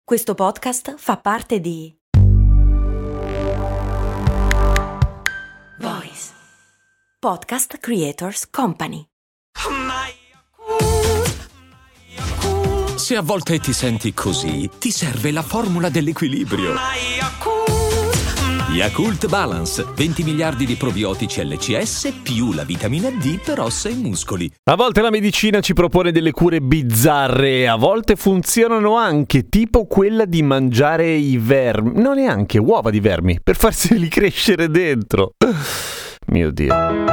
Questo podcast fa parte di Voice Podcast Creators Company. Se a volte ti senti così, ti serve la formula dell'equilibrio. Yakult Balance, 20 miliardi di probiotici LCS più la vitamina D per ossa e muscoli. A volte la medicina ci propone delle cure bizzarre, a volte funzionano anche, tipo quella di mangiare i vermi, non neanche uova di vermi, per farseli crescere dentro. Mio Dio.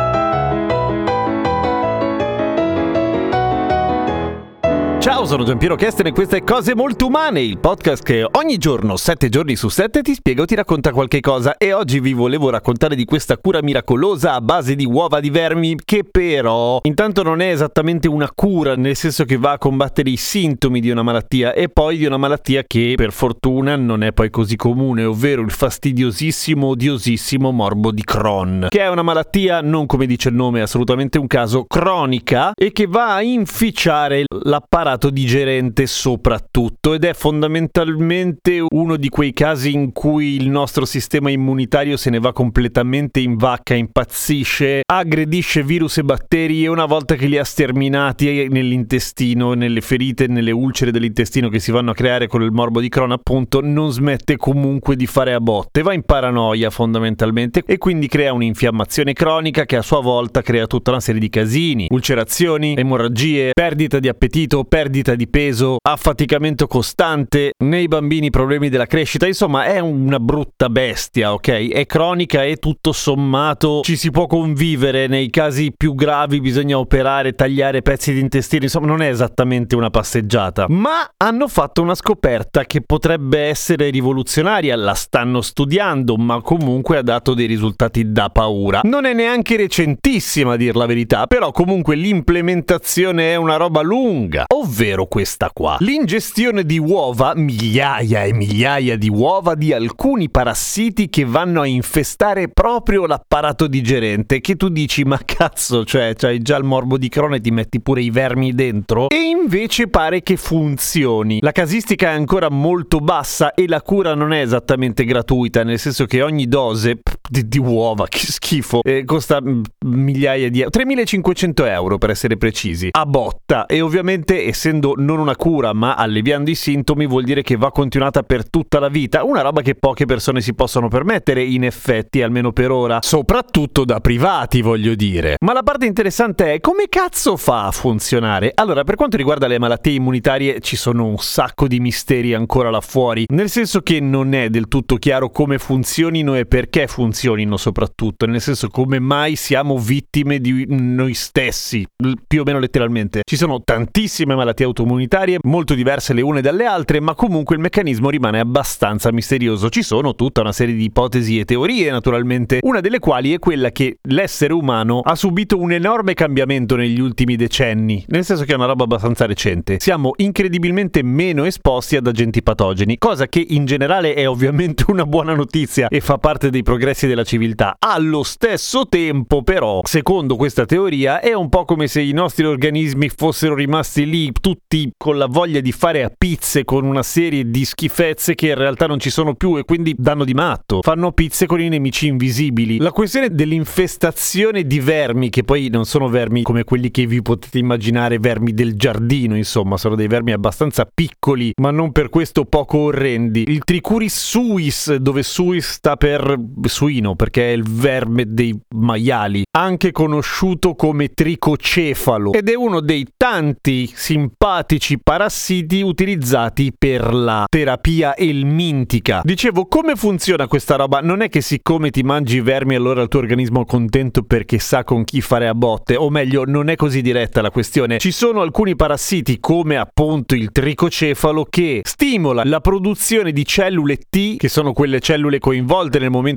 Ciao, sono Giampiero Kesten e questo è Cose Molto Umane, il podcast che ogni giorno, 7 giorni su 7, ti spiega o ti racconta qualche cosa. E oggi vi volevo raccontare di questa cura miracolosa a base di uova di vermi, che però intanto non è esattamente una cura, nel senso che va a combattere i sintomi di una malattia, e poi di una malattia che per fortuna non è poi così comune, ovvero il fastidiosissimo, odiosissimo morbo di Crohn, che è una malattia, non come dice il nome, assolutamente un caso, cronica, e che va a inficiare l'apparato digerente soprattutto, ed è fondamentalmente uno di quei casi in cui il nostro sistema immunitario se ne va completamente in vacca, impazzisce, aggredisce virus e batteri, e una volta che li ha sterminati nell'intestino, nelle ferite, nelle ulcere dell'intestino che si vanno a creare con il morbo di Crohn, appunto, non smette comunque di fare a botte, va in paranoia fondamentalmente, e quindi crea un'infiammazione cronica che a sua volta crea tutta una serie di casini: ulcerazioni, emorragie, perdita di appetito, perdita di peso, affaticamento costante, nei bambini problemi della crescita. Insomma, è una brutta bestia, ok? È cronica e tutto sommato ci si può convivere. Nei casi più gravi bisogna operare, tagliare pezzi di intestino, insomma non è esattamente una passeggiata. Ma hanno fatto una scoperta che potrebbe essere rivoluzionaria, la stanno studiando, ma comunque ha dato dei risultati da paura. Non è neanche recentissima, a dir la verità, però comunque l'implementazione è una roba lunga, ovvero questa qua: l'ingestione di uova, migliaia e migliaia di uova di alcuni parassiti che vanno a infestare proprio l'apparato digerente, che tu dici ma cazzo, cioè c'hai già il morbo di Crohn e ti metti pure i vermi dentro? E invece pare che funzioni. La casistica è ancora molto bassa e la cura non è esattamente gratuita, nel senso che ogni dose di uova, che schifo, costa migliaia di euro, 3.500 euro per essere precisi, a botta. E ovviamente, essendo non una cura ma alleviando i sintomi, vuol dire che va continuata per tutta la vita, una roba che poche persone si possono permettere, in effetti, almeno per ora, soprattutto da privati, voglio dire. Ma la parte interessante è: come cazzo fa a funzionare? Allora, per quanto riguarda le malattie immunitarie ci sono un sacco di misteri ancora là fuori, nel senso che non è del tutto chiaro come funzionino e perché funzionino, soprattutto nel senso come mai siamo vittime di noi stessi, più o meno letteralmente. Ci sono tantissime malattie autoimmunitarie, molto diverse le une dalle altre, ma comunque il meccanismo rimane abbastanza misterioso. Ci sono tutta una serie di ipotesi e teorie, naturalmente, una delle quali è quella che l'essere umano ha subito un enorme cambiamento negli ultimi decenni, nel senso che è una roba abbastanza recente. Siamo incredibilmente meno esposti ad agenti patogeni, cosa che in generale è ovviamente una buona notizia e fa parte dei progressi della civiltà. Allo stesso tempo, però, secondo questa teoria, è un po' come se i nostri organismi fossero rimasti lì tutti con la voglia di fare a pizze con una serie di schifezze che in realtà non ci sono più, e quindi danno di matto, fanno pizze con i nemici invisibili. La questione dell'infestazione di vermi, che poi non sono vermi come quelli che vi potete immaginare, vermi del giardino, insomma sono dei vermi abbastanza piccoli ma non per questo poco orrendi. Il Trichuris suis, dove suis sta per suino perché è il verme dei maiali, anche conosciuto come tricocefalo, ed è uno dei tanti simpatici parassiti utilizzati per la terapia elmintica. Dicevo, come funziona questa roba? Non è che siccome ti mangi i vermi allora il tuo organismo è contento perché sa con chi fare a botte, o meglio, non è così diretta la questione. Ci sono alcuni parassiti, come appunto il tricocefalo, che stimola la produzione di cellule T, che sono quelle cellule coinvolte nel momento in cui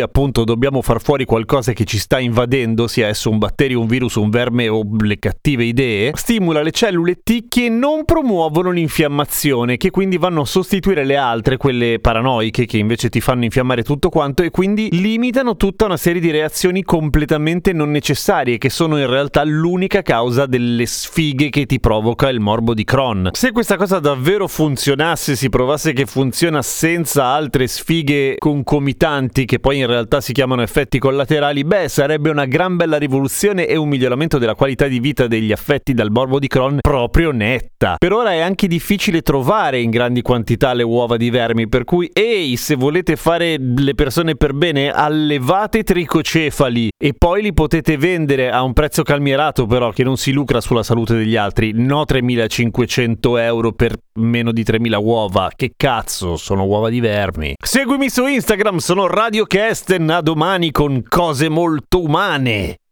appunto dobbiamo far fuori qualcosa che ci sta invadendo, sia esso un batterio, un virus, un verme o le cattive idee, stimola le cellule T che non promuovono l'infiammazione, che quindi vanno a sostituire le altre, quelle paranoiche, che invece ti fanno infiammare tutto quanto, e quindi limitano tutta una serie di reazioni completamente non necessarie, che sono in realtà l'unica causa delle sfighe che ti provoca il morbo di Crohn. Se questa cosa davvero funzionasse, si provasse che funziona senza altre sfighe concomitanti che poi in realtà si chiamano effetti collaterali, sarebbe una gran bella rivoluzione e un miglioramento della qualità di vita degli affetti dal morbo di Crohn proprio netta. Per ora è anche difficile trovare in grandi quantità le uova di vermi, per cui se volete fare le persone per bene, allevate tricocefali e poi li potete vendere a un prezzo calmierato, però, che non si lucra sulla salute degli altri. No 3.500 euro per meno di 3.000 uova, che cazzo, sono uova di vermi. Seguimi su Instagram, sono Radio Kesten, a domani con cose molto umane.